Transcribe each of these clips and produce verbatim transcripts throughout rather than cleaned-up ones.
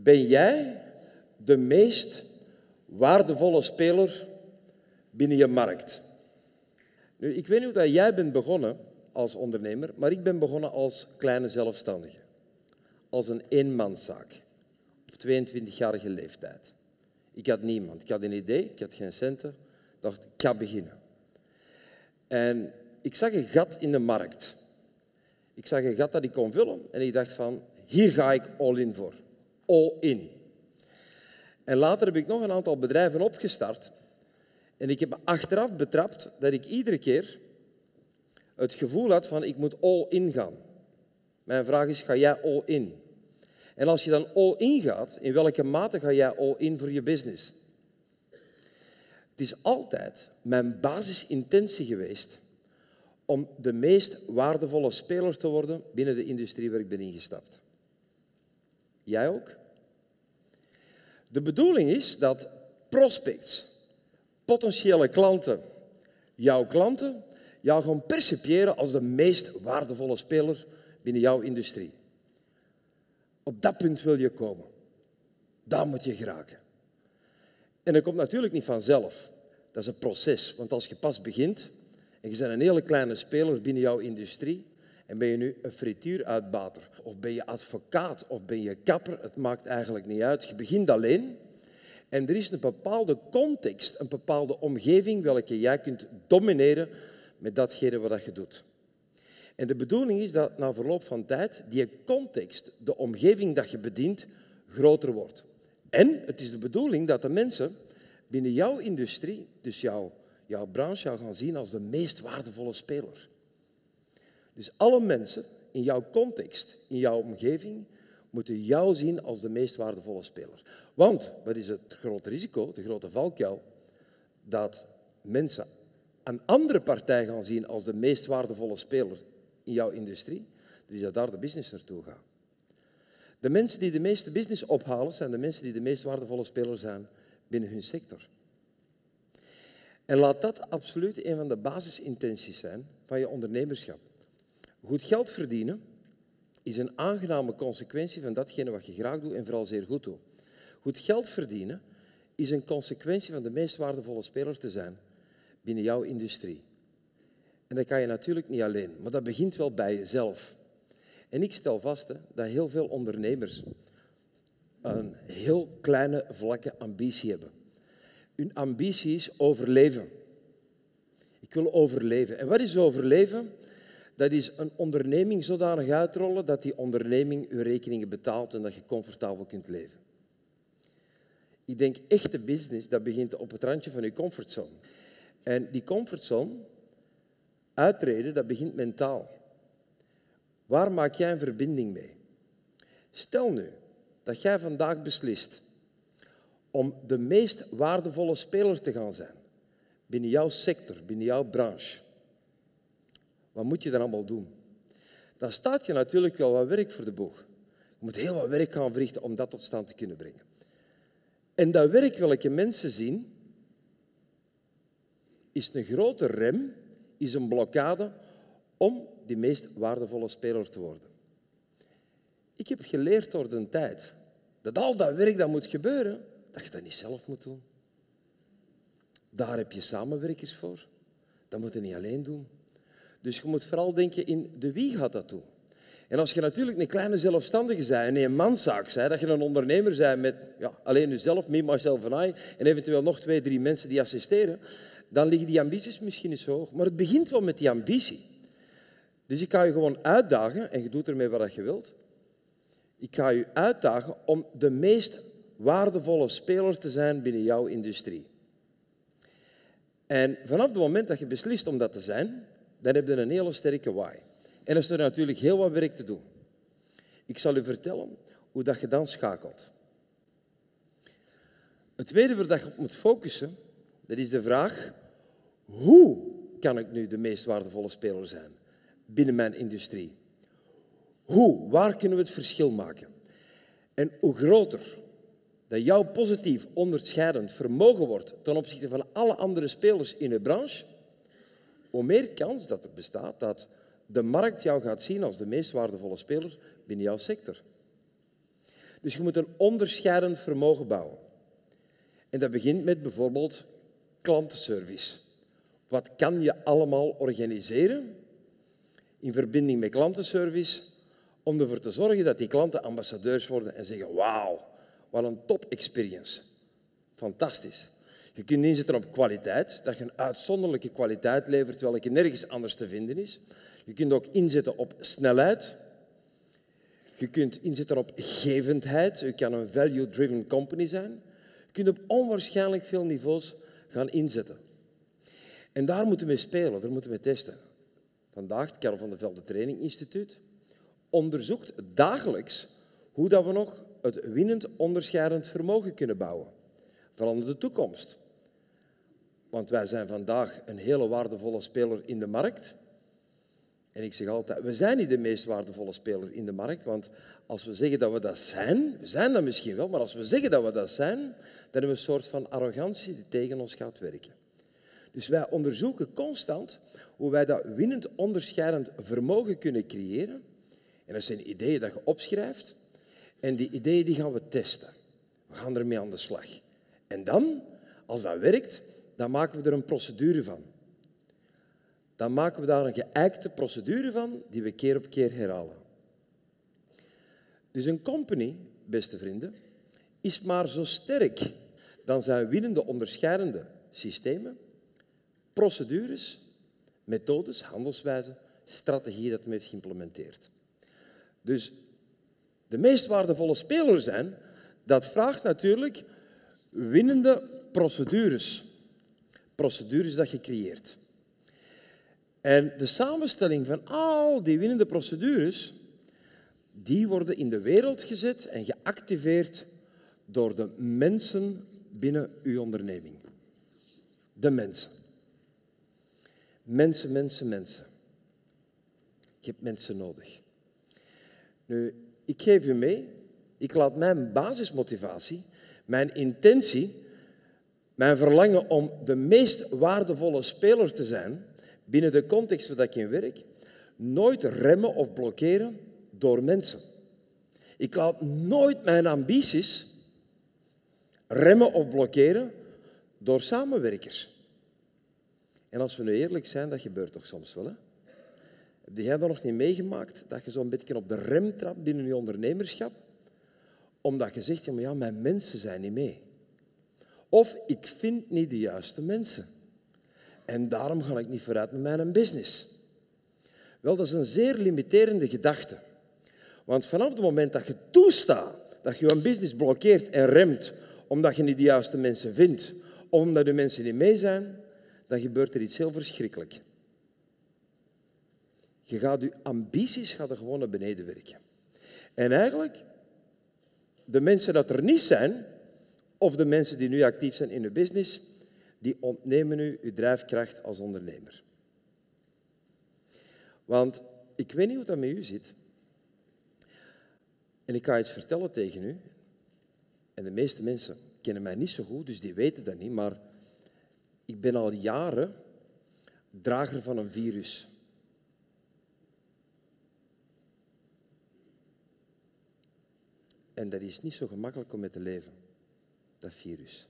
ben jij de meest waardevolle speler binnen je markt. Nu, ik weet niet hoe dat jij bent begonnen als ondernemer, maar ik ben begonnen als kleine zelfstandige. Als een eenmanszaak. Op tweeëntwintigjarige leeftijd. Ik had niemand. Ik had een idee, ik had geen centen. Ik dacht, ik ga beginnen. En ik zag een gat in de markt. Ik zag een gat dat ik kon vullen en ik dacht van, hier ga ik all in voor. All in. En later heb ik nog een aantal bedrijven opgestart. En ik heb me achteraf betrapt dat ik iedere keer het gevoel had van, ik moet all in gaan. Mijn vraag is, ga jij all in? En als je dan all in gaat, in welke mate ga jij all in voor je business? Het is altijd mijn basisintentie geweest om de meest waardevolle speler te worden binnen de industrie waar ik ben ingestapt. Jij ook? De bedoeling is dat prospects, potentiële klanten, jouw klanten, jou gaan percipiëren als de meest waardevolle speler binnen jouw industrie. Op dat punt wil je komen. Daar moet je geraken. En dat komt natuurlijk niet vanzelf. Dat is een proces. Want als je pas begint en je bent een hele kleine speler binnen jouw industrie en ben je nu een frituuruitbater of ben je advocaat of ben je kapper, het maakt eigenlijk niet uit. Je begint alleen en er is een bepaalde context, een bepaalde omgeving welke jij kunt domineren met datgene wat je doet. En de bedoeling is dat na verloop van tijd die context, de omgeving dat je bedient, groter wordt. En het is de bedoeling dat de mensen binnen jouw industrie, dus jouw, jouw branche, jou gaan zien als de meest waardevolle speler. Dus alle mensen in jouw context, in jouw omgeving, moeten jou zien als de meest waardevolle speler. Want, wat is het grote risico, de grote valkuil, dat mensen een andere partij gaan zien als de meest waardevolle speler in jouw industrie, dan is dat daar de business naartoe gaat. De mensen die de meeste business ophalen, zijn de mensen die de meest waardevolle speler zijn binnen hun sector. En laat dat absoluut een van de basisintenties zijn van je ondernemerschap. Goed geld verdienen is een aangename consequentie van datgene wat je graag doet en vooral zeer goed doet. Goed geld verdienen is een consequentie van de meest waardevolle speler te zijn binnen jouw industrie. En dat kan je natuurlijk niet alleen, maar dat begint wel bij jezelf. En ik stel vast hè, dat heel veel ondernemers een heel kleine, vlakke ambitie hebben. Hun ambitie is overleven. Ik wil overleven. En wat is overleven? Dat is een onderneming zodanig uitrollen dat die onderneming je rekeningen betaalt en dat je comfortabel kunt leven. Ik denk echte business, dat begint op het randje van je comfortzone. En die comfortzone, uittreden, dat begint mentaal. Waar maak jij een verbinding mee? Stel nu dat jij vandaag beslist om de meest waardevolle speler te gaan zijn binnen jouw sector, binnen jouw branche. Wat moet je dan allemaal doen? Dan staat je natuurlijk wel wat werk voor de boeg. Je moet heel wat werk gaan verrichten om dat tot stand te kunnen brengen. En dat werk welke mensen zien, is een grote rem, is een blokkade om die meest waardevolle speler te worden. Ik heb geleerd door de tijd dat al dat werk dat moet gebeuren, dat je dat niet zelf moet doen. Daar heb je samenwerkers voor. Dat moet je niet alleen doen. Dus je moet vooral denken in de wie gaat dat doen. En als je natuurlijk een kleine zelfstandige bent, een eenmanszaak bent, dat je een ondernemer bent met ja, alleen jezelf, me, myself en I, en eventueel nog twee, drie mensen die assisteren, dan liggen die ambities misschien niet zo hoog. Maar het begint wel met die ambitie. Dus ik ga je gewoon uitdagen, en je doet ermee wat je wilt. Ik ga je uitdagen om de meest waardevolle speler te zijn binnen jouw industrie. En vanaf het moment dat je beslist om dat te zijn, dan heb je een hele sterke why. En dan is er natuurlijk heel wat werk te doen. Ik zal u vertellen hoe dat je dan schakelt. Het tweede waar je op moet focussen, dat is de vraag: hoe kan ik nu de meest waardevolle speler zijn binnen mijn industrie? Hoe? Waar kunnen we het verschil maken? En hoe groter dat jouw positief onderscheidend vermogen wordt ten opzichte van alle andere spelers in de branche, hoe meer kans dat er bestaat dat de markt jou gaat zien als de meest waardevolle speler binnen jouw sector. Dus je moet een onderscheidend vermogen bouwen. En dat begint met bijvoorbeeld klantenservice. Wat kan je allemaal organiseren in verbinding met klantenservice om ervoor te zorgen dat die klanten ambassadeurs worden en zeggen, wauw, wat een top experience. Fantastisch. Je kunt inzetten op kwaliteit, dat je een uitzonderlijke kwaliteit levert, welke nergens anders te vinden is. Je kunt ook inzetten op snelheid. Je kunt inzetten op gevendheid. Je kan een value-driven company zijn. Je kunt op onwaarschijnlijk veel niveaus gaan inzetten. En daar moeten we mee spelen, daar moeten we testen. Vandaag, het Karel van de Velde Training Instituut onderzoekt dagelijks hoe dat we nog het winnend onderscheidend vermogen kunnen bouwen. Vooral in de toekomst. Want wij zijn vandaag een hele waardevolle speler in de markt. En ik zeg altijd, we zijn niet de meest waardevolle speler in de markt, want als we zeggen dat we dat zijn, we zijn dat misschien wel, maar als we zeggen dat we dat zijn, dan hebben we een soort van arrogantie die tegen ons gaat werken. Dus wij onderzoeken constant hoe wij dat winnend onderscheidend vermogen kunnen creëren. En dat zijn ideeën dat je opschrijft. En die ideeën die gaan we testen. We gaan ermee aan de slag. En dan, als dat werkt, dan maken we er een procedure van. Dan maken we daar een geëikte procedure van die we keer op keer herhalen. Dus een company, beste vrienden, is maar zo sterk dan zijn winnende onderscheidende systemen, procedures, methodes, handelswijzen, strategieën dat men heeft geïmplementeerd. Dus de meest waardevolle speler zijn, dat vraagt natuurlijk winnende procedures. Procedures dat je creëert. En de samenstelling van al die winnende procedures, die worden in de wereld gezet en geactiveerd door de mensen binnen uw onderneming. De mensen. Mensen, mensen, mensen. Je hebt mensen nodig. Nu, ik geef u mee, ik laat mijn basismotivatie, mijn intentie, mijn verlangen om de meest waardevolle speler te zijn binnen de context waar ik in werk, nooit remmen of blokkeren door mensen. Ik laat nooit mijn ambities remmen of blokkeren door samenwerkers. En als we nu eerlijk zijn, dat gebeurt toch soms wel, hè? Heb jij dat nog niet meegemaakt, dat je zo'n beetje op de rem trapt binnen je ondernemerschap, omdat je zegt, ja, maar ja, mijn mensen zijn niet mee. Of ik vind niet de juiste mensen. En daarom ga ik niet vooruit met mijn business. Wel, dat is een zeer limiterende gedachte. Want vanaf het moment dat je toestaat dat je je business blokkeert en remt omdat je niet de juiste mensen vindt, of omdat de mensen niet mee zijn, dan gebeurt er iets heel verschrikkelijks. Je gaat je ambities gaat er gewoon naar beneden werken. En eigenlijk, de mensen dat er niet zijn, of de mensen die nu actief zijn in je business, die ontnemen u uw drijfkracht als ondernemer. Want ik weet niet hoe dat met u zit. En ik ga iets vertellen tegen u. En de meeste mensen kennen mij niet zo goed, dus die weten dat niet. Maar ik ben al jaren drager van een virus. En dat is niet zo gemakkelijk om mee te leven, dat virus.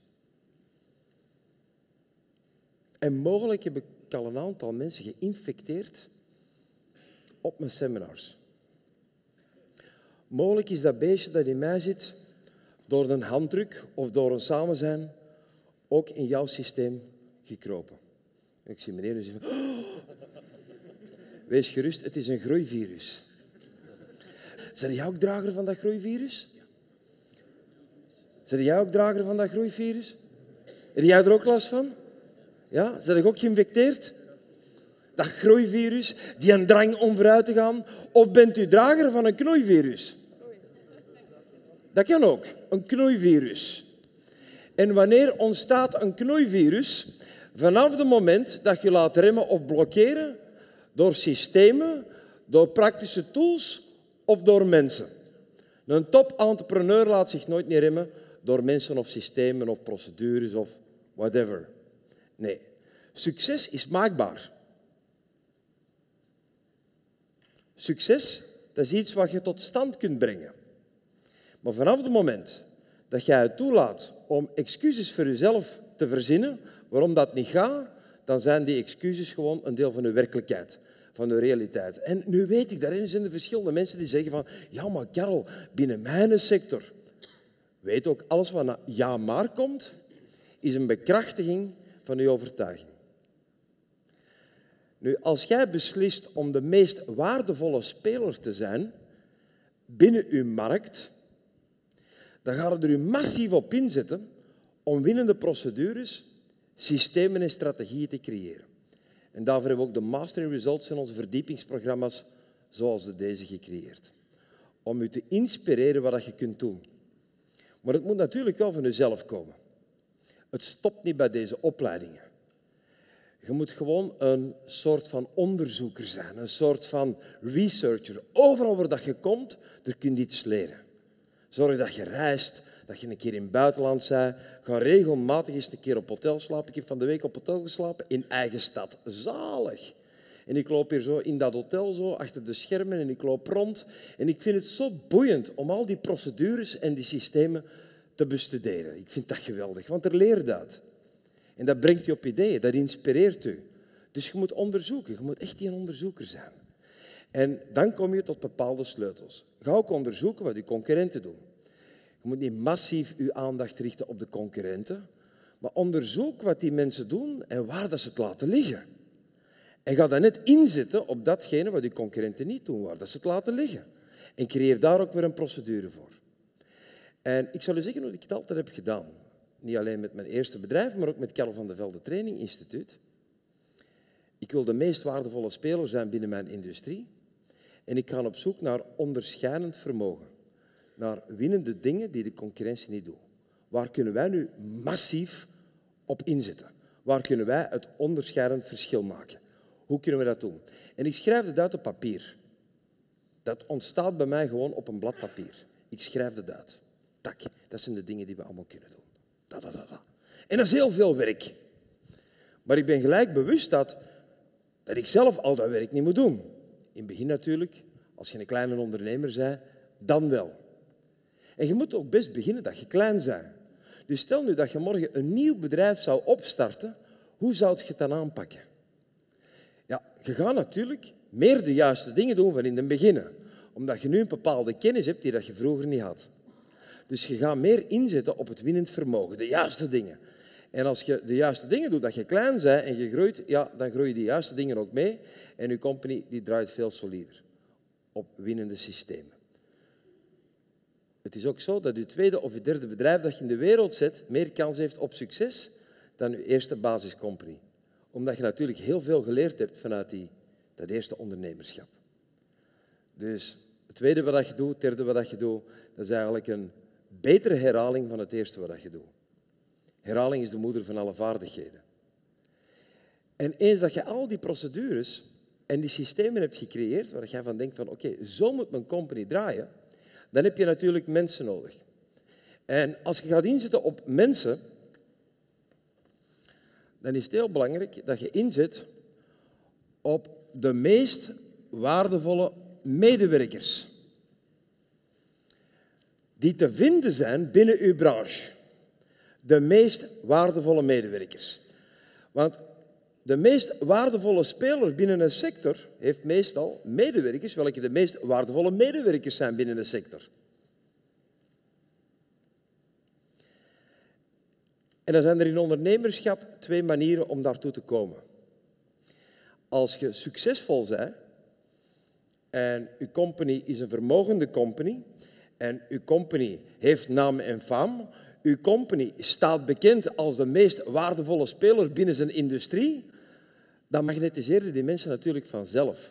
En mogelijk heb ik al een aantal mensen geïnfecteerd op mijn seminars. Mogelijk is dat beestje dat in mij zit, door een handdruk of door een samenzijn, ook in jouw systeem gekropen. Ik zie meneer en zeg van, oh, wees gerust, het is een groeivirus. Zijn jij ook drager van dat groeivirus? Zijn jij ook drager van dat groeivirus? Heb jij er ook last van? Ja? Zijn jij ook geïnfecteerd? Dat groeivirus, die een drang om vooruit te gaan? Of bent u drager van een knoeivirus? Dat kan ook, een knoeivirus. En wanneer ontstaat een knoeivirus? Vanaf het moment dat je laat remmen of blokkeren door systemen, door praktische tools of door mensen. Een top-entrepreneur laat zich nooit meer remmen door mensen of systemen of procedures of whatever. Nee, succes is maakbaar. Succes, dat is iets wat je tot stand kunt brengen. Maar vanaf het moment dat jij het toelaat om excuses voor jezelf te verzinnen waarom dat niet gaat, dan zijn die excuses gewoon een deel van je werkelijkheid, van de realiteit. En nu weet ik, daarin zijn er verschillende mensen die zeggen van ja, maar Karel, binnen mijn sector, weet ook, alles wat na ja maar komt, is een bekrachtiging van je overtuiging. Nu, als jij beslist om de meest waardevolle speler te zijn binnen je markt, dan gaat er u massief op inzetten om winnende procedures, systemen en strategieën te creëren. En daarvoor hebben we ook de Mastering Results in onze verdiepingsprogramma's zoals de deze gecreëerd. Om u te inspireren wat je kunt doen. Maar het moet natuurlijk wel van jezelf komen. Het stopt niet bij deze opleidingen. Je moet gewoon een soort van onderzoeker zijn, een soort van researcher. Overal waar dat je komt, er kun je iets leren. Zorg dat je reist, dat je een keer in het buitenland bent. Ga regelmatig eens een keer op hotel slapen. Ik heb van de week op hotel geslapen in eigen stad. Zalig. En ik loop hier zo in dat hotel, zo, achter de schermen, en ik loop rond. En ik vind het zo boeiend om al die procedures en die systemen te bestuderen. Ik vind dat geweldig, want er leert dat. En dat brengt je op ideeën, dat inspireert u. Dus je moet onderzoeken, je moet echt die onderzoeker zijn. En dan kom je tot bepaalde sleutels. Ga ook onderzoeken wat je concurrenten doen. Je moet niet massief je aandacht richten op de concurrenten, maar onderzoek wat die mensen doen en waar dat ze het laten liggen. En ga dan net inzetten op datgene wat je concurrenten niet doen, waar dat ze het laten liggen. En creëer daar ook weer een procedure voor. En ik zal u zeggen hoe ik het altijd heb gedaan. Niet alleen met mijn eerste bedrijf, maar ook met Karel van de Velde Training Instituut. Ik wil de meest waardevolle speler zijn binnen mijn industrie. En ik ga op zoek naar onderscheidend vermogen. Naar winnende dingen die de concurrentie niet doet. Waar kunnen wij nu massief op inzetten? Waar kunnen wij het onderscheidend verschil maken? Hoe kunnen we dat doen? En ik schrijf het uit op papier. Dat ontstaat bij mij gewoon op een blad papier. Ik schrijf het uit. Tak, dat zijn de dingen die we allemaal kunnen doen. Da, da, da, da. En dat is heel veel werk. Maar ik ben gelijk bewust dat, dat ik zelf al dat werk niet moet doen. In het begin natuurlijk, als je een kleine ondernemer bent, dan wel. En je moet ook best beginnen dat je klein bent. Dus stel nu dat je morgen een nieuw bedrijf zou opstarten, hoe zou je het dan aanpakken? Ja, je gaat natuurlijk meer de juiste dingen doen van in het begin. Omdat je nu een bepaalde kennis hebt die dat je vroeger niet had. Dus je gaat meer inzetten op het winnend vermogen, de juiste dingen. En als je de juiste dingen doet, dat je klein bent en je groeit, ja, dan groeien die juiste dingen ook mee. En je company die draait veel solider op winnende systemen. Het is ook zo dat je tweede of je derde bedrijf dat je in de wereld zet, meer kans heeft op succes dan je eerste basiscompany. Omdat je natuurlijk heel veel geleerd hebt vanuit die, dat eerste ondernemerschap. Dus het tweede wat je doet, het derde wat je doet, dat is eigenlijk een betere herhaling van het eerste wat je doet. Herhaling is de moeder van alle vaardigheden. En eens dat je al die procedures en die systemen hebt gecreëerd, waar je van denkt van oké, okay, zo moet mijn company draaien, dan heb je natuurlijk mensen nodig. En als je gaat inzetten op mensen, dan is het heel belangrijk dat je inzet op de meest waardevolle medewerkers die te vinden zijn binnen uw branche. De meest waardevolle medewerkers. Want de meest waardevolle speler binnen een sector heeft meestal medewerkers, welke de meest waardevolle medewerkers zijn binnen een sector. En dan zijn er in ondernemerschap twee manieren om daartoe te komen. Als je succesvol bent en je company is een vermogende company en je company heeft naam en faam, uw company staat bekend als de meest waardevolle speler binnen zijn industrie, dan magnetiseerden die mensen natuurlijk vanzelf.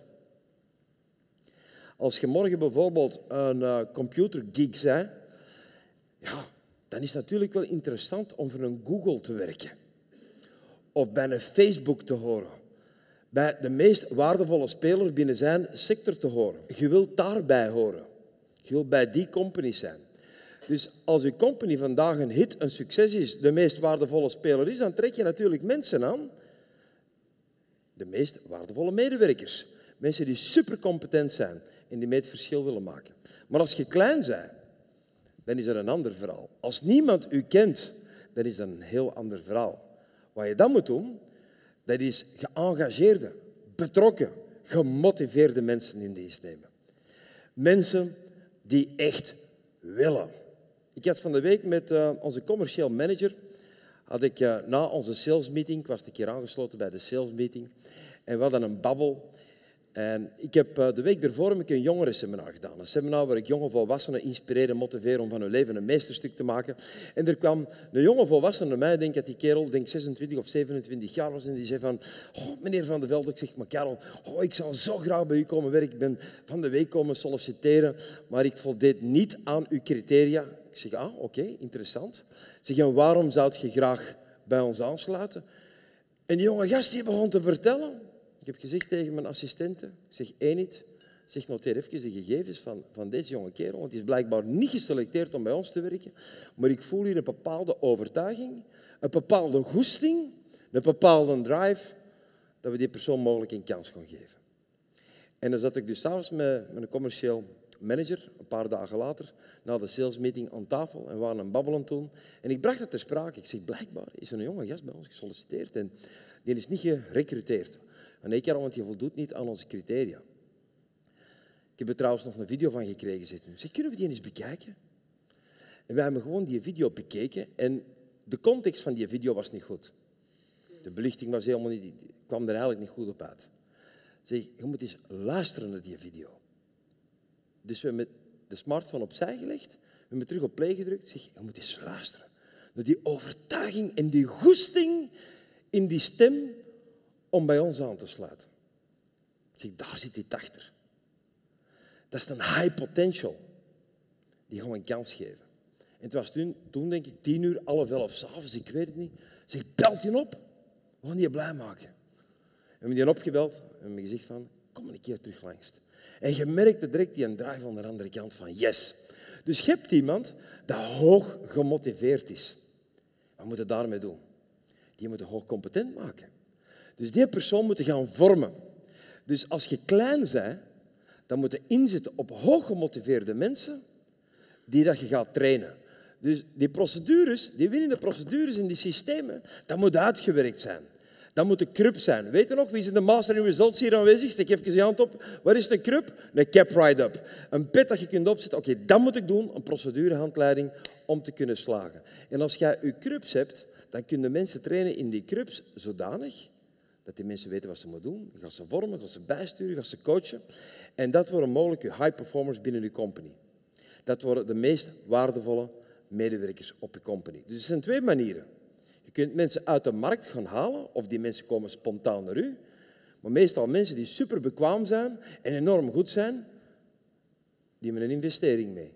Als je morgen bijvoorbeeld een uh, computergeek bent, ja, dan is het natuurlijk wel interessant om voor een Google te werken. Of bij een Facebook te horen. Bij de meest waardevolle speler binnen zijn sector te horen. Je wilt daarbij horen. Je wilt bij die company zijn. Dus als uw company vandaag een hit, een succes is, de meest waardevolle speler is, dan trek je natuurlijk mensen aan, de meest waardevolle medewerkers. Mensen die supercompetent zijn en die mee het verschil willen maken. Maar als je klein bent, dan is dat een ander verhaal. Als niemand u kent, dan is dat een heel ander verhaal. Wat je dan moet doen, dat is geëngageerde, betrokken, gemotiveerde mensen in dienst nemen. Mensen die echt willen. Ik had van de week met uh, onze commercieel manager, had ik uh, na onze salesmeeting, ik was een keer aangesloten bij de salesmeeting, en we hadden een babbel. En ik heb uh, de week daarvoor heb ik een jongerenseminar gedaan. Een seminar waar ik jonge volwassenen inspireer en motiveer om van hun leven een meesterstuk te maken. En er kwam een jonge volwassene naar mij, ik denk dat die kerel denk zesentwintig of zevenentwintig jaar was, en die zei van, oh, meneer Van de Velde, ik zeg, maar Karel, oh, ik zou zo graag bij u komen werken. Ik ben van de week komen solliciteren, maar ik voldeed niet aan uw criteria. Ik zeg, ah, oké, okay, interessant. Ik zeg, en waarom zou je graag bij ons aansluiten? En die jonge gast die begon te vertellen. Ik heb gezegd tegen mijn assistenten, ik zeg één niet, zeg noteer even de gegevens van, van deze jonge kerel, want die is blijkbaar niet geselecteerd om bij ons te werken, maar ik voel hier een bepaalde overtuiging, een bepaalde goesting, een bepaalde drive, dat we die persoon mogelijk een kans gaan geven. En dan zat ik dus s'avonds met, met een commercieel manager, een paar dagen later, na de salesmeeting aan tafel, en we waren aan babbelen toen, en ik bracht het ter sprake. Ik zeg, blijkbaar is er een jonge gast bij ons gesolliciteerd en die is niet gerecruiteerd. Nee, Karel, want je voldoet niet aan onze criteria. Ik heb er trouwens nog een video van gekregen. Zeg, zeg, kunnen we die eens bekijken? En wij hebben gewoon die video bekeken en de context van die video was niet goed. De belichting was helemaal niet, kwam er eigenlijk niet goed op uit. Zeg, je moet eens luisteren naar die video. Dus we hebben de smartphone opzij gelegd, we hebben terug op play gedrukt. Zeg, je moet eens luisteren naar die overtuiging en die goesting in die stem om bij ons aan te sluiten. Ik zeg, daar zit dit achter. Dat is een high potential. Die gaan we een kans geven. En het was toen, toen denk ik, tien uur, half elf s'avonds, ik weet het niet. Ik zeg, belt je op. We gaan die blij maken. We hebben die opgebeld en hebben gezegd van, kom een keer terug langs. En je merkte direct die een drive aan de andere kant van, yes. Dus je hebt iemand dat hoog gemotiveerd is. Wat moet je daarmee doen? Die moet je hoog competent maken. Dus die persoon moet je gaan vormen. Dus als je klein bent, dan moet je inzetten op hoog gemotiveerde mensen die dat je gaat trainen. Dus die procedures, die winnende procedures in die systemen, dat moet uitgewerkt zijn. Dat moet een krup zijn. Weet je nog, wie is in de Master in Results hier aanwezig? Steek even je hand op. Wat is de krup? Een cap ride-up. Een pet dat je kunt opzetten. Oké, okay, dat moet ik doen, een procedurehandleiding om te kunnen slagen. En als jij je krups hebt, dan kunnen mensen trainen in die krups zodanig dat die mensen weten wat ze moeten doen. Je gaat ze vormen, je gaat ze bijsturen, je gaat ze coachen. En dat worden mogelijk je high performers binnen je company. Dat worden de meest waardevolle medewerkers op je company. Dus er zijn twee manieren. Je kunt mensen uit de markt gaan halen, of die mensen komen spontaan naar u. Maar meestal mensen die super bekwaam zijn en enorm goed zijn, die hebben een investering mee.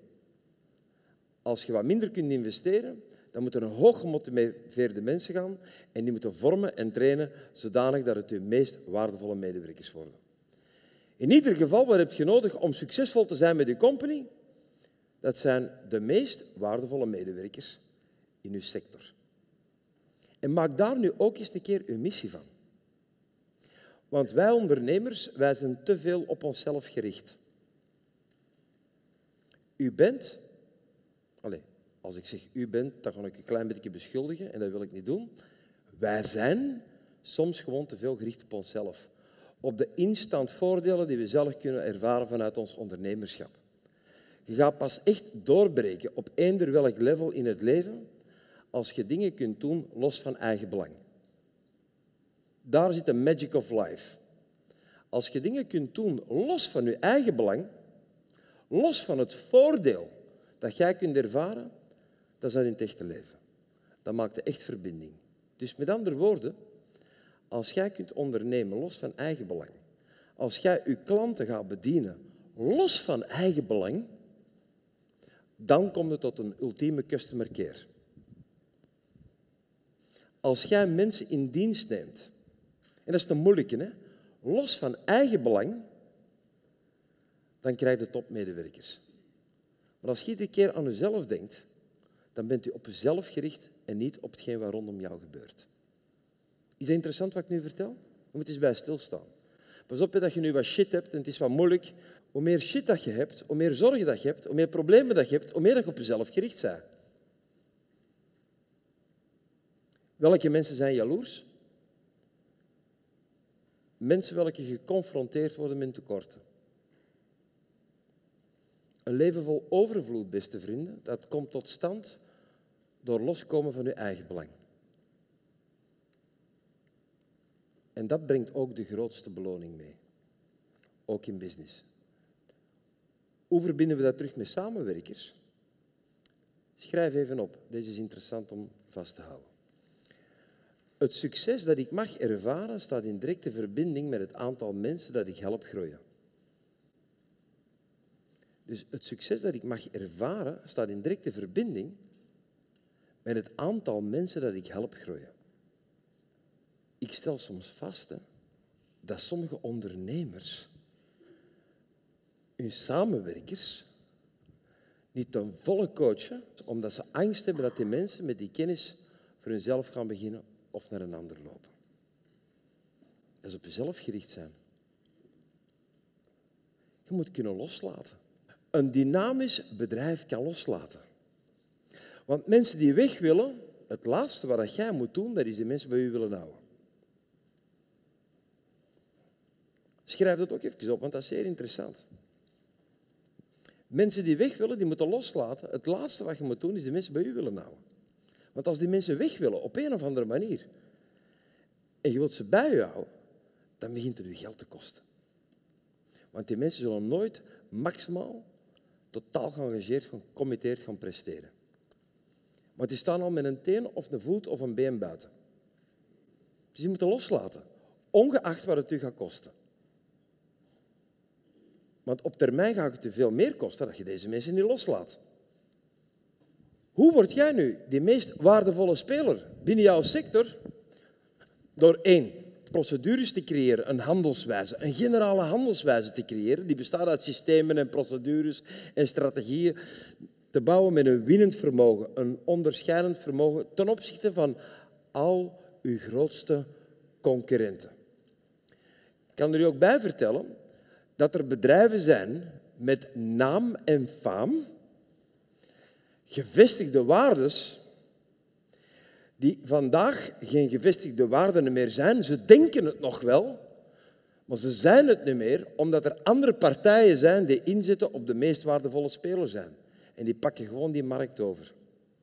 Als je wat minder kunt investeren, dan moeten er hoog gemotiveerde mensen gaan en die moeten vormen en trainen zodanig dat het je meest waardevolle medewerkers worden. In ieder geval, wat heb je nodig om succesvol te zijn met je company? Dat zijn de meest waardevolle medewerkers in uw sector. En maak daar nu ook eens een keer uw missie van. Want wij ondernemers, wij zijn te veel op onszelf gericht. U bent... Allez, als ik zeg u bent, dan ga ik een klein beetje beschuldigen en dat wil ik niet doen. Wij zijn soms gewoon te veel gericht op onszelf. Op de instant voordelen die we zelf kunnen ervaren vanuit ons ondernemerschap. Je gaat pas echt doorbreken op eender welk level in het leven als je dingen kunt doen los van eigen belang. Daar zit de magic of life. Als je dingen kunt doen los van je eigen belang, los van het voordeel dat jij kunt ervaren, dat is dat in het echte leven. Dat maakt de echt verbinding. Dus met andere woorden, als jij kunt ondernemen los van eigen belang, als jij je klanten gaat bedienen los van eigen belang, dan komt het tot een ultieme customer care. Als jij mensen in dienst neemt, en dat is de moeilijke, hè? Los van eigen belang, dan krijg je topmedewerkers. Maar als je iedere keer aan jezelf denkt, dan bent u op jezelf gericht en niet op hetgeen wat rondom jou gebeurt. Is dat interessant wat ik nu vertel? Je moet eens bij stilstaan. Pas op dat je nu wat shit hebt en het is wat moeilijk. Hoe meer shit dat je hebt, hoe meer zorgen dat je hebt, hoe meer problemen dat je hebt, hoe meer dat je op jezelf gericht bent. Welke mensen zijn jaloers? Mensen welke geconfronteerd worden met tekorten. Een leven vol overvloed, beste vrienden, dat komt tot stand door loskomen van uw eigen belang. En dat brengt ook de grootste beloning mee. Ook in business. Hoe verbinden we dat terug met samenwerkers? Schrijf even op. Deze is interessant om vast te houden. Het succes dat ik mag ervaren staat in directe verbinding met het aantal mensen dat ik help groeien. Dus het succes dat ik mag ervaren staat in directe verbinding met het aantal mensen dat ik help groeien. Ik stel soms vast hè, dat sommige ondernemers hun samenwerkers niet ten volle coachen, omdat ze angst hebben dat die mensen met die kennis voor hunzelf gaan beginnen of naar een ander lopen. Dat is op jezelf gericht zijn. Je moet kunnen loslaten. Een dynamisch bedrijf kan loslaten. Want mensen die weg willen, het laatste wat jij moet doen, dat is die mensen bij u willen houden. Schrijf dat ook even op, want dat is zeer interessant. Mensen die weg willen, die moeten loslaten. Het laatste wat je moet doen, is die mensen bij u willen houden. Want als die mensen weg willen, op een of andere manier, en je wilt ze bij je houden, dan begint het je geld te kosten. Want die mensen zullen nooit maximaal, totaal geëngageerd, gecommitteerd gaan presteren. Maar die staan al met een teen of een voet of een been buiten. Dus die moeten loslaten, ongeacht wat het u gaat kosten. Want op termijn gaat het u veel meer kosten dat je deze mensen niet loslaat. Hoe word jij nu de meest waardevolle speler binnen jouw sector? Door één, procedures te creëren, een handelswijze, een generale handelswijze te creëren, die bestaat uit systemen en procedures en strategieën, te bouwen met een winnend vermogen, een onderscheidend vermogen ten opzichte van al uw grootste concurrenten. Ik kan er u ook bij vertellen dat er bedrijven zijn met naam en faam, gevestigde waardes, die vandaag geen gevestigde waarden meer zijn. Ze denken het nog wel, maar ze zijn het niet meer, omdat er andere partijen zijn die inzetten op de meest waardevolle speler zijn. En die pakken gewoon die markt over.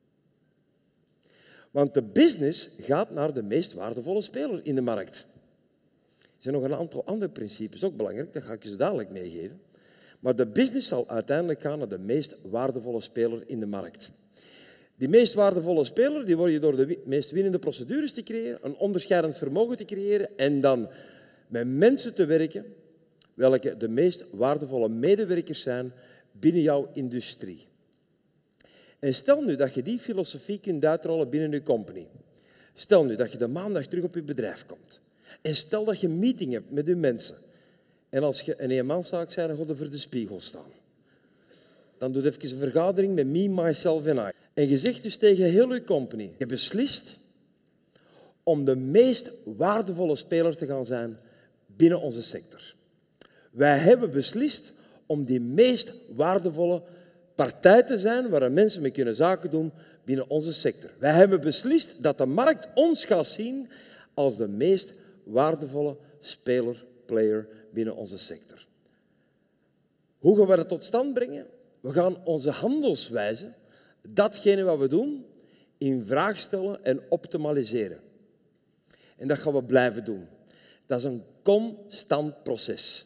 Want de business gaat naar de meest waardevolle speler in de markt. Er zijn nog een aantal andere principes, ook belangrijk, dat ga ik je zo dadelijk meegeven. Maar de business zal uiteindelijk gaan naar de meest waardevolle speler in de markt. Die meest waardevolle speler die word je door de meest winnende procedures te creëren, een onderscheidend vermogen te creëren en dan met mensen te werken welke de meest waardevolle medewerkers zijn binnen jouw industrie. En stel nu dat je die filosofie kunt uitrollen binnen je company. Stel nu dat je de maandag terug op je bedrijf komt. En stel dat je een meeting hebt met je mensen. En als je een eenmanszaak bent, dan ga je voor de spiegel staan. Dan doe je even een vergadering met me, myself en I. En je zegt dus tegen heel je company, je beslist om de meest waardevolle speler te gaan zijn binnen onze sector. Wij hebben beslist om die meest waardevolle partij te zijn waar mensen mee kunnen zaken doen binnen onze sector. Wij hebben beslist dat de markt ons gaat zien als de meest waardevolle speler, player binnen onze sector. Hoe gaan we dat tot stand brengen? We gaan onze handelswijze, datgene wat we doen, in vraag stellen en optimaliseren. En dat gaan we blijven doen. Dat is een constant proces.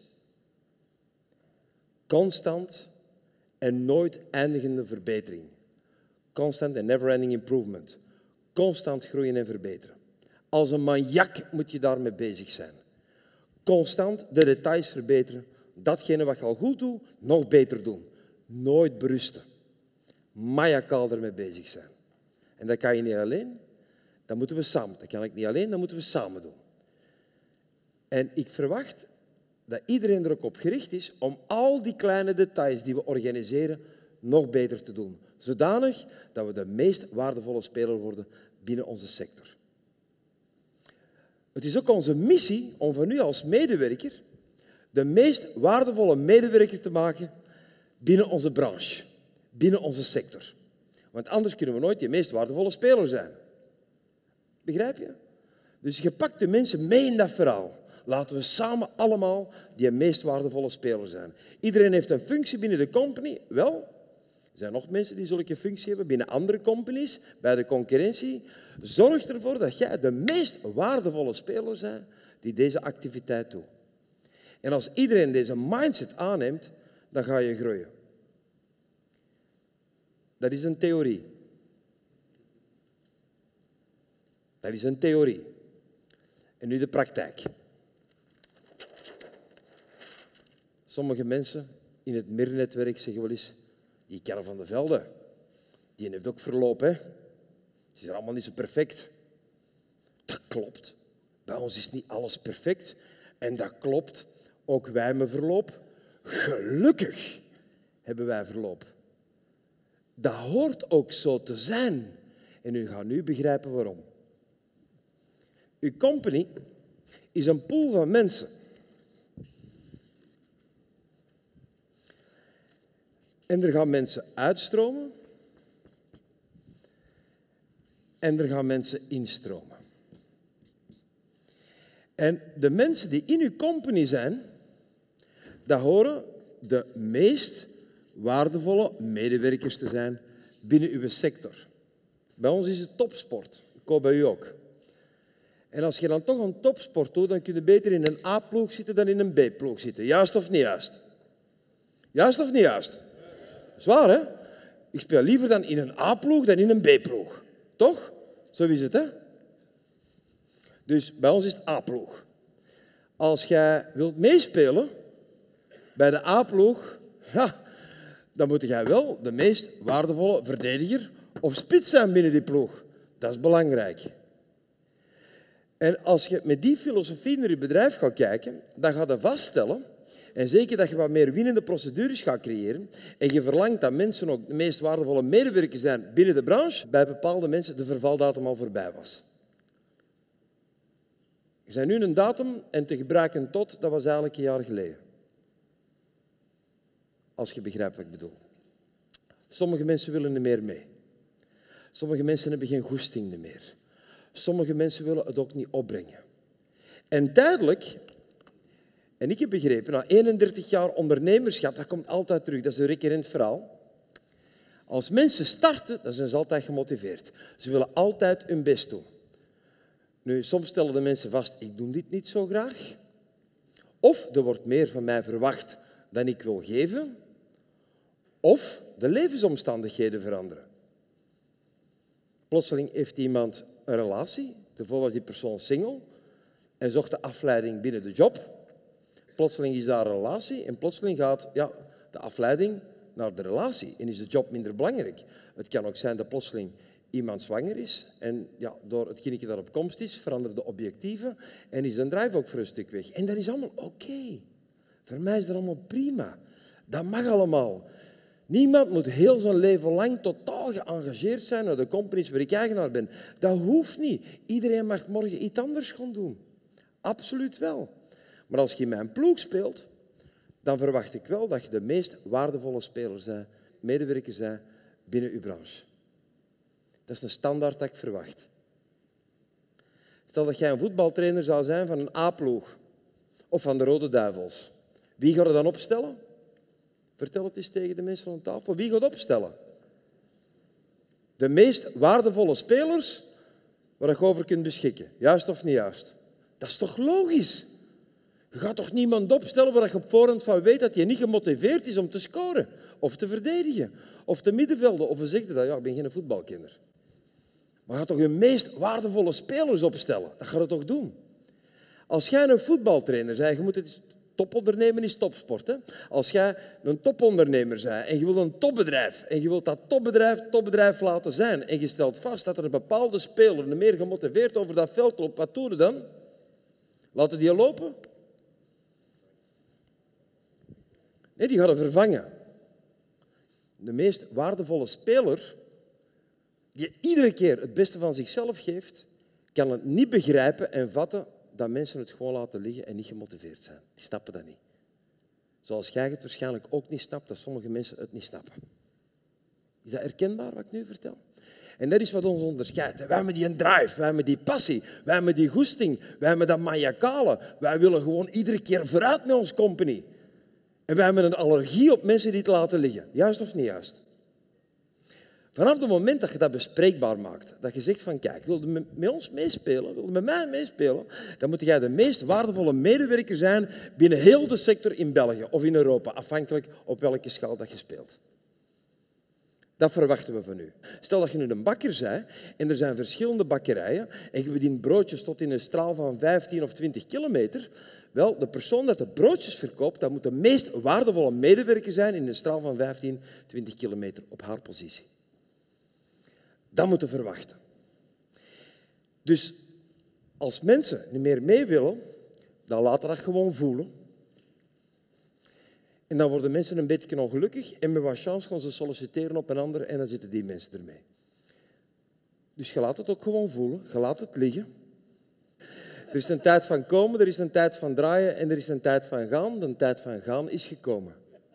Constant en nooit eindigende verbetering. Constant en never-ending improvement. Constant groeien en verbeteren. Als een maniak moet je daarmee bezig zijn. Constant de details verbeteren. Datgene wat je al goed doet, nog beter doen. Nooit berusten. Maniacaal ermee bezig zijn. En dat kan je niet alleen, dat moeten we samen. Dat kan ik niet alleen, dat moeten we samen doen. En ik verwacht dat iedereen er ook op gericht is om al die kleine details die we organiseren nog beter te doen. Zodanig dat we de meest waardevolle speler worden binnen onze sector. Het is ook onze missie om van u als medewerker de meest waardevolle medewerker te maken binnen onze branche, binnen onze sector. Want anders kunnen we nooit die meest waardevolle speler zijn. Begrijp je? Dus je pakt de mensen mee in dat verhaal. Laten we samen allemaal die meest waardevolle speler zijn. Iedereen heeft een functie binnen de company. Wel, er zijn nog mensen die zulke functie hebben binnen andere companies, bij de concurrentie. Zorg ervoor dat jij de meest waardevolle speler bent die deze activiteit doet. En als iedereen deze mindset aanneemt, dan ga je groeien. Dat is een theorie. Dat is een theorie. En nu de praktijk. Sommige mensen in het middennetwerk zeggen wel eens, die Karel van de Velde, die heeft ook verloop, hè. Het is er allemaal niet zo perfect. Dat klopt. Bij ons is niet alles perfect. En dat klopt. Ook wij hebben verloop. Gelukkig hebben wij verloop. Dat hoort ook zo te zijn. En u gaat nu begrijpen waarom. Uw company is een pool van mensen. En er gaan mensen uitstromen. En er gaan mensen instromen. En de mensen die in uw company zijn, dat horen de meest waardevolle medewerkers te zijn binnen uw sector. Bij ons is het topsport. Ik hoop bij u ook. En als je dan toch een topsport doet, dan kun je beter in een A-ploeg zitten dan in een B-ploeg zitten. Juist of niet juist? Juist of niet juist? Zwaar, hè? Ik speel liever dan in een A-ploeg dan in een B-ploeg. Toch? Zo is het, hè? Dus bij ons is het A-ploeg. Als jij wilt meespelen bij de A-ploeg, ja, dan moet jij wel de meest waardevolle verdediger of spits zijn binnen die ploeg. Dat is belangrijk. En als je met die filosofie naar je bedrijf gaat kijken, dan ga je vaststellen, en zeker dat je wat meer winnende procedures gaat creëren, en je verlangt dat mensen ook de meest waardevolle medewerkers zijn binnen de branche, bij bepaalde mensen de vervaldatum al voorbij was. Er zijn nu een datum en te gebruiken tot, dat was eigenlijk een jaar geleden. Als je begrijpt wat ik bedoel. Sommige mensen willen er meer mee. Sommige mensen hebben geen goesting meer. Sommige mensen willen het ook niet opbrengen. En tijdelijk, en ik heb begrepen, na eenendertig jaar ondernemerschap, dat komt altijd terug, dat is een recurrent verhaal. Als mensen starten, dan zijn ze altijd gemotiveerd. Ze willen altijd hun best doen. Nu, soms stellen de mensen vast, ik doe dit niet zo graag. Of er wordt meer van mij verwacht dan ik wil geven. Of de levensomstandigheden veranderen. Plotseling heeft iemand een relatie. Daarvoor was die persoon single en zocht de afleiding binnen de job. Plotseling is daar een relatie en plotseling gaat ja, de afleiding naar de relatie en is de job minder belangrijk. Het kan ook zijn dat plotseling iemand zwanger is en ja, door het kindje dat op komst is, veranderen de objectieven en is een drive ook voor een stuk weg. En dat is allemaal oké. Okay. Voor mij is dat allemaal prima. Dat mag allemaal. Niemand moet heel zijn leven lang totaal geëngageerd zijn naar de companies waar ik eigenaar ben. Dat hoeft niet. Iedereen mag morgen iets anders gaan doen. Absoluut wel. Maar als je in mijn ploeg speelt, dan verwacht ik wel dat je de meest waardevolle speler bent, medewerker bent binnen je branche. Dat is een standaard dat ik verwacht. Stel dat jij een voetbaltrainer zou zijn van een A-ploeg of van de Rode Duivels. Wie gaat er dan opstellen? Vertel het eens tegen de mensen aan tafel. Wie gaat opstellen? De meest waardevolle spelers waar je over kunt beschikken. Juist of niet juist? Dat is toch logisch? Je gaat toch niemand opstellen waar je op voorhand van weet dat je niet gemotiveerd is om te scoren of te verdedigen of te middenvelden. Of je zegt dat, ja, ik ben geen voetbalkinder. Maar je gaat toch je meest waardevolle spelers opstellen? Dat gaat je toch doen? Als jij een voetbaltrainer bent, je moet het topondernemen is topsport. Hè? Als jij een topondernemer bent en je wilt een topbedrijf en je wilt dat topbedrijf topbedrijf laten zijn en je stelt vast dat er een bepaalde speler meer gemotiveerd over dat veld loopt, wat doe je dan? Laten die lopen? Nee, die gaan we vervangen. De meest waardevolle speler, die iedere keer het beste van zichzelf geeft, kan het niet begrijpen en vatten dat mensen het gewoon laten liggen en niet gemotiveerd zijn. Die snappen dat niet. Zoals jij het waarschijnlijk ook niet snapt, dat sommige mensen het niet snappen. Is dat herkenbaar wat ik nu vertel? En dat is wat ons onderscheidt. Wij hebben die drive, wij hebben die passie, wij hebben die goesting, wij hebben dat maniacale. Wij willen gewoon iedere keer vooruit met ons company. En wij hebben een allergie op mensen die het laten liggen. Juist of niet juist? Vanaf het moment dat je dat bespreekbaar maakt, dat je zegt van kijk, wil je met ons meespelen, wil je met mij meespelen, dan moet jij de meest waardevolle medewerker zijn binnen heel de sector in België of in Europa, afhankelijk op welke schaal dat je speelt. Dat verwachten we van u. Stel dat je nu een bakker bent en er zijn verschillende bakkerijen en je bedient broodjes tot in een straal van vijftien of twintig kilometer. Wel, de persoon dat de broodjes verkoopt, dat moet de meest waardevolle medewerker zijn in een straal van vijftien, twintig kilometer op haar positie. Dat moeten we verwachten. Dus als mensen niet meer mee willen, dan laten we dat gewoon voelen. En dan worden mensen een beetje ongelukkig en met wat chance gaan ze solliciteren op een ander en dan zitten die mensen ermee. Dus je laat het ook gewoon voelen, je laat het liggen. Er is een tijd van komen, er is een tijd van draaien en er is een tijd van gaan. De tijd van gaan is gekomen.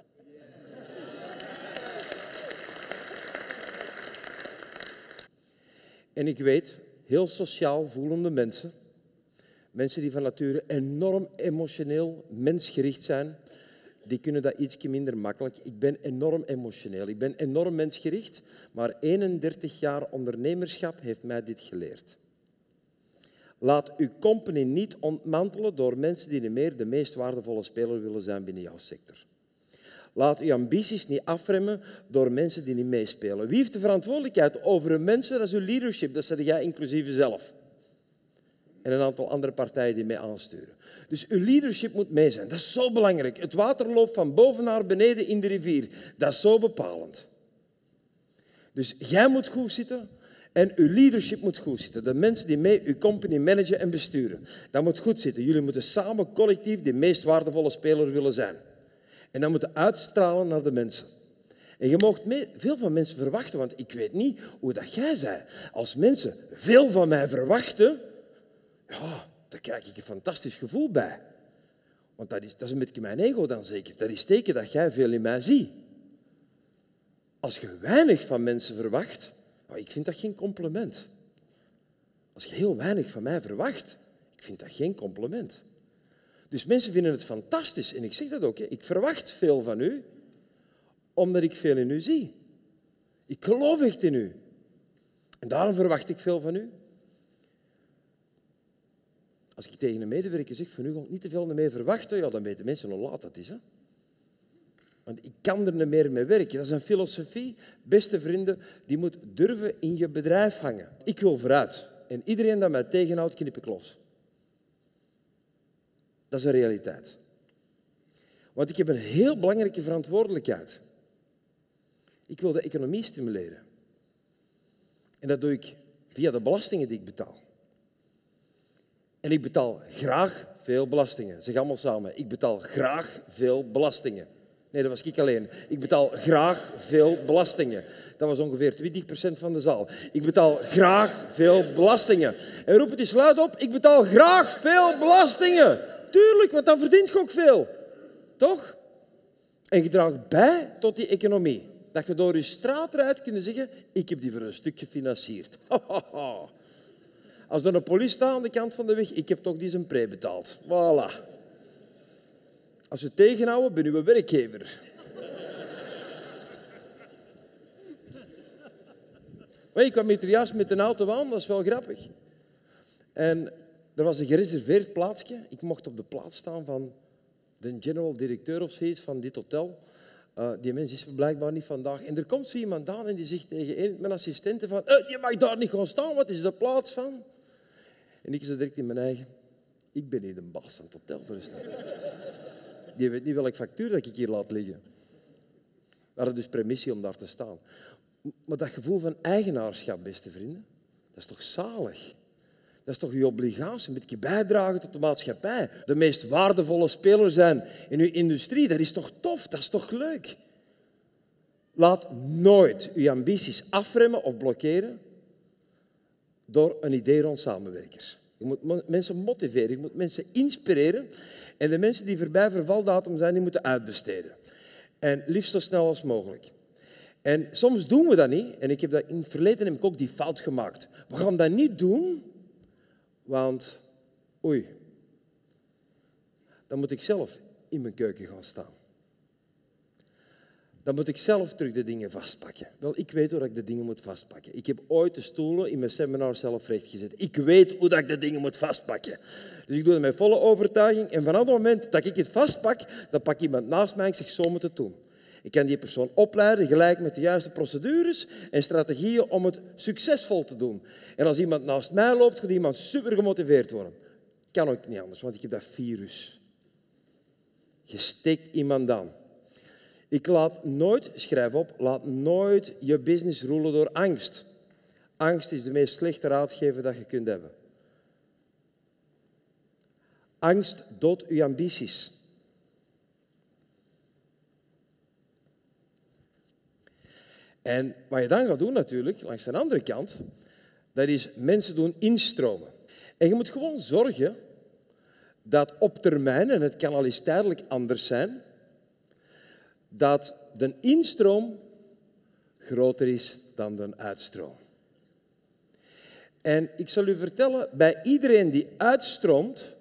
En ik weet, heel sociaal voelende mensen, mensen die van nature enorm emotioneel mensgericht zijn, die kunnen dat ietsje minder makkelijk. Ik ben enorm emotioneel, ik ben enorm mensgericht, maar eenendertig jaar ondernemerschap heeft mij dit geleerd. Laat uw company niet ontmantelen door mensen die niet meer de meest waardevolle speler willen zijn binnen jouw sector. Laat uw ambities niet afremmen door mensen die niet meespelen. Wie heeft de verantwoordelijkheid over hun mensen? Dat is uw leadership, dat zeg jij inclusief zelf. En een aantal andere partijen die mee aansturen. Dus uw leadership moet mee zijn. Dat is zo belangrijk. Het water loopt van boven naar beneden in de rivier. Dat is zo bepalend. Dus jij moet goed zitten en uw leadership moet goed zitten. De mensen die mee uw company managen en besturen. Dat moet goed zitten. Jullie moeten samen collectief de meest waardevolle speler willen zijn. En dat moeten uitstralen naar de mensen. En je mag veel van mensen verwachten, want ik weet niet hoe dat jij zei. Als mensen veel van mij verwachten, ja, daar krijg ik een fantastisch gevoel bij. Want dat is, dat is een beetje mijn ego dan zeker. Dat is teken dat jij veel in mij ziet. Als je weinig van mensen verwacht, nou, ik vind dat geen compliment. Als je heel weinig van mij verwacht, ik vind dat geen compliment. Dus mensen vinden het fantastisch. En ik zeg dat ook. Hè. Ik verwacht veel van u, omdat ik veel in u zie. Ik geloof echt in u. En daarom verwacht ik veel van u. Als ik tegen een medewerker zeg, van u ga ik niet te veel mee verwachten, ja, dan weten mensen hoe laat dat is. Hè? Want ik kan er niet meer mee werken. Dat is een filosofie, beste vrienden, die moet durven in je bedrijf hangen. Ik wil vooruit. En iedereen dat mij tegenhoudt, knip ik los. Dat is een realiteit. Want ik heb een heel belangrijke verantwoordelijkheid. Ik wil de economie stimuleren. En dat doe ik via de belastingen die ik betaal. En ik betaal graag veel belastingen. Zeg allemaal samen. Ik betaal graag veel belastingen. Nee, dat was ik alleen. Ik betaal graag veel belastingen. Dat was ongeveer twintig procent van de zaal. Ik betaal graag veel belastingen. En roep het eens luid op. Ik betaal graag veel belastingen. Tuurlijk, want dan verdient je ook veel. Toch? En je draagt bij tot die economie. Dat je door je straat rijdt kunt zeggen, ik heb die voor een stuk gefinancierd. Als er een politie staat aan de kant van de weg, ik heb toch die zijn pre betaald. Voilà. Als we tegenhouden, ben u een werkgever. Maar ik kwam hier juist met een auto aan, dat is wel grappig. En er was een gereserveerd plaatsje. Ik mocht op de plaats staan van de general directeur of zoiets van dit hotel. Uh, die mens is blijkbaar niet vandaag. En er komt zo iemand aan en die zegt tegen een, mijn assistente van, uh, je mag daar niet gaan staan, wat is de plaats van? En ik zei direct in mijn eigen, ik ben hier de baas van het hotel. Die weet niet welke factuur dat ik hier laat liggen. We hadden dus permissie om daar te staan. Maar dat gevoel van eigenaarschap, beste vrienden, dat is toch zalig? Dat is toch uw obligatie, een beetje bijdragen tot de maatschappij. De meest waardevolle speler zijn in uw industrie, dat is toch tof, dat is toch leuk? Laat nooit uw ambities afremmen of blokkeren door een idee rond samenwerkers. Je moet mo- mensen motiveren, je moet mensen inspireren. En de mensen die voorbij vervaldatum zijn, die moeten uitbesteden. En liefst zo snel als mogelijk. En soms doen we dat niet. En ik heb dat in het verleden heb ik ook die fout gemaakt. We gaan dat niet doen, want oei, dan moet ik zelf in mijn keuken gaan staan. Dan moet ik zelf terug de dingen vastpakken. Wel, ik weet hoe ik de dingen moet vastpakken. Ik heb ooit de stoelen in mijn seminar zelf rechtgezet. Ik weet hoe ik de dingen moet vastpakken. Dus ik doe dat met volle overtuiging. En vanaf het moment dat ik het vastpak, dan pak iemand naast mij en ik zeg, zo moet het doen. Ik kan die persoon opleiden, gelijk met de juiste procedures en strategieën om het succesvol te doen. En als iemand naast mij loopt, gaat iemand super gemotiveerd worden. Kan ook niet anders, want ik heb dat virus. Je steekt iemand aan. Ik laat nooit, schrijf op, laat nooit je business roelen door angst. Angst is de meest slechte raadgever dat je kunt hebben. Angst doodt je ambities. En wat je dan gaat doen natuurlijk, langs de andere kant, dat is mensen doen instromen. En je moet gewoon zorgen dat op termijn, en het kan al eens tijdelijk anders zijn, dat de instroom groter is dan de uitstroom. En ik zal u vertellen, bij iedereen die uitstroomt,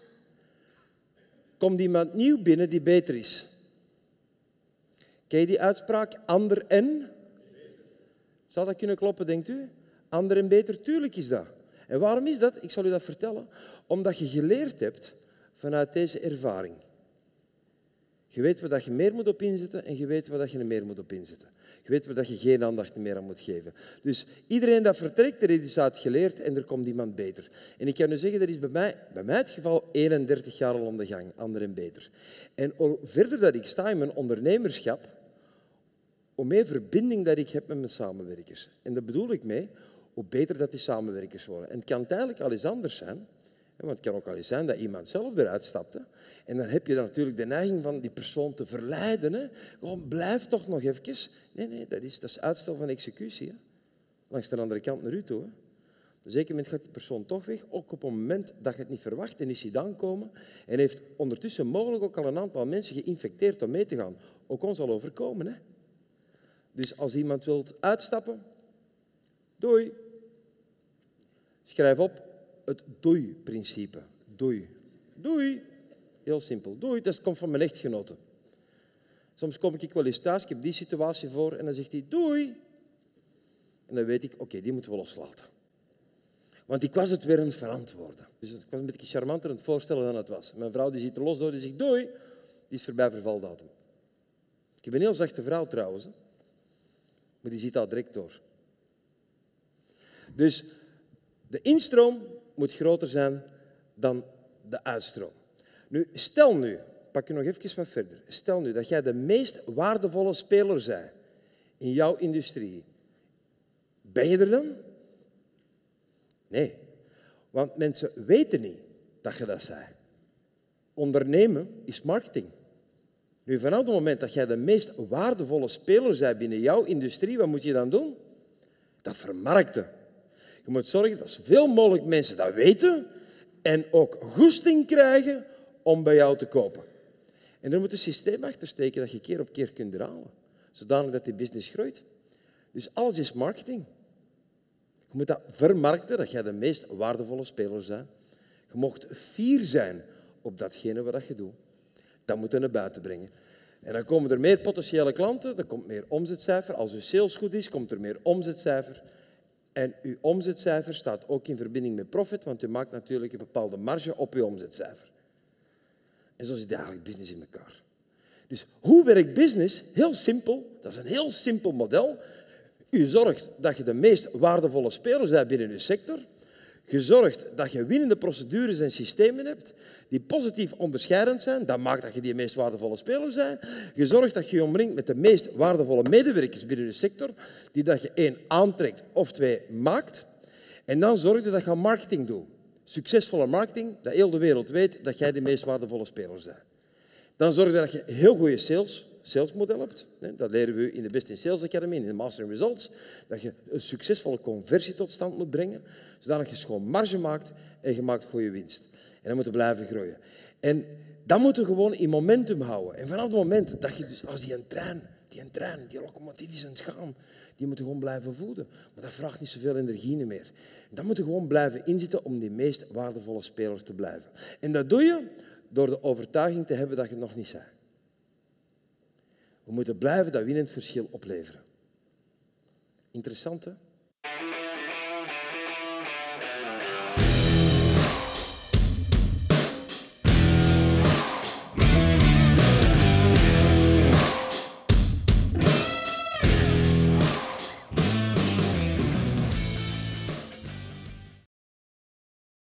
komt iemand nieuw binnen die beter is. Ken je die uitspraak? Ander en? Zou dat kunnen kloppen, denkt u? Ander en beter, tuurlijk is dat. En waarom is dat? Ik zal u dat vertellen. Omdat je geleerd hebt vanuit deze ervaring. Je weet waar je meer moet op inzetten en je weet waar je er meer moet op inzetten. Je weet waar je geen aandacht meer aan moet geven. Dus iedereen dat vertrekt, er is uit geleerd en er komt iemand beter. En ik kan u zeggen, dat is bij mij, bij mij het geval eenendertig jaar al aan de gang, ander en beter. En hoe verder dat ik sta in mijn ondernemerschap, hoe meer verbinding dat ik heb met mijn samenwerkers. En daar bedoel ik mee, hoe beter dat die samenwerkers worden. En het kan tijdelijk al eens anders zijn. Want het kan ook al eens zijn dat iemand zelf eruit stapt. Hè. En dan heb je dan natuurlijk de neiging van die persoon te verleiden. Hè. Gewoon, blijf toch nog even. Nee, nee, dat is, dat is uitstel van executie. Hè. Langs de andere kant naar u toe. Hè. Op een zeker moment gaat die persoon toch weg. Ook op het moment dat je het niet verwacht. En is hij dan komen. En heeft ondertussen mogelijk ook al een aantal mensen geïnfecteerd om mee te gaan. Ook ons al overkomen. Hè. Dus als iemand wilt uitstappen, doei. Schrijf op het doei-principe. Doei. Doei. Heel simpel. Doei, dat komt van mijn echtgenote. Soms kom ik wel eens thuis, ik heb die situatie voor, en dan zegt hij doei. En dan weet ik, oké, okay, die moeten we loslaten. Want ik was het weer aan het verantwoorden. Dus ik was een beetje charmanter aan het voorstellen dan het was. Mijn vrouw die ziet er los door, die zegt doei. Die is voorbij vervaldatum. Ik heb een heel zachte vrouw trouwens. Hè. Maar die ziet dat direct door. Dus de instroom moet groter zijn dan de uitstroom. Nu, stel nu, pak je nog even wat verder. Stel nu dat jij de meest waardevolle speler bent in jouw industrie. Ben je er dan? Nee, want mensen weten niet dat je dat bent. Ondernemen is marketing. Nu, vanaf het moment dat jij de meest waardevolle speler bent binnen jouw industrie, wat moet je dan doen? Dat vermarkten. Je moet zorgen dat zoveel mogelijk mensen dat weten en ook goesting krijgen om bij jou te kopen. En er moet een systeem achter steken dat je keer op keer kunt herhalen, zodanig dat die business groeit. Dus alles is marketing. Je moet dat vermarkten, dat jij de meest waardevolle speler bent. Je mocht fier zijn op datgene wat je doet. Dat moet je naar buiten brengen. En dan komen er meer potentiële klanten, er komt meer omzetcijfer. Als uw sales goed is, komt er meer omzetcijfer. En uw omzetcijfer staat ook in verbinding met profit, want u maakt natuurlijk een bepaalde marge op uw omzetcijfer. En zo zit eigenlijk business in elkaar. Dus hoe werkt business? Heel simpel. Dat is een heel simpel model. U zorgt dat je de meest waardevolle speler bent binnen uw sector. Je zorgt dat je winnende procedures en systemen hebt die positief onderscheidend zijn. Dat maakt dat je die meest waardevolle speler bent. Je zorgt dat je je omringt met de meest waardevolle medewerkers binnen je sector, die dat je één aantrekt of twee maakt. En dan zorg je dat je aan marketing doet. Succesvolle marketing, dat heel de wereld weet dat jij de meest waardevolle speler bent. Dan zorg je dat je heel goede sales salesmodel hebt. Dat leren we in de Best in Sales Academy, in de Master in Results. Dat je een succesvolle conversie tot stand moet brengen, zodat je schoon marge maakt en je maakt goede winst. En dan moet je blijven groeien. En dat moet je gewoon in momentum houden. En vanaf het moment dat je dus, als die een trein, die een trein, die locomotief is aan het gaan, die moet je gewoon blijven voeden. Maar dat vraagt niet zoveel energie meer. Dan moet je gewoon blijven inzitten om die meest waardevolle speler te blijven. En dat doe je door de overtuiging te hebben dat je het nog niet bent. We moeten blijven dat winnend verschil opleveren. Interessant, hè?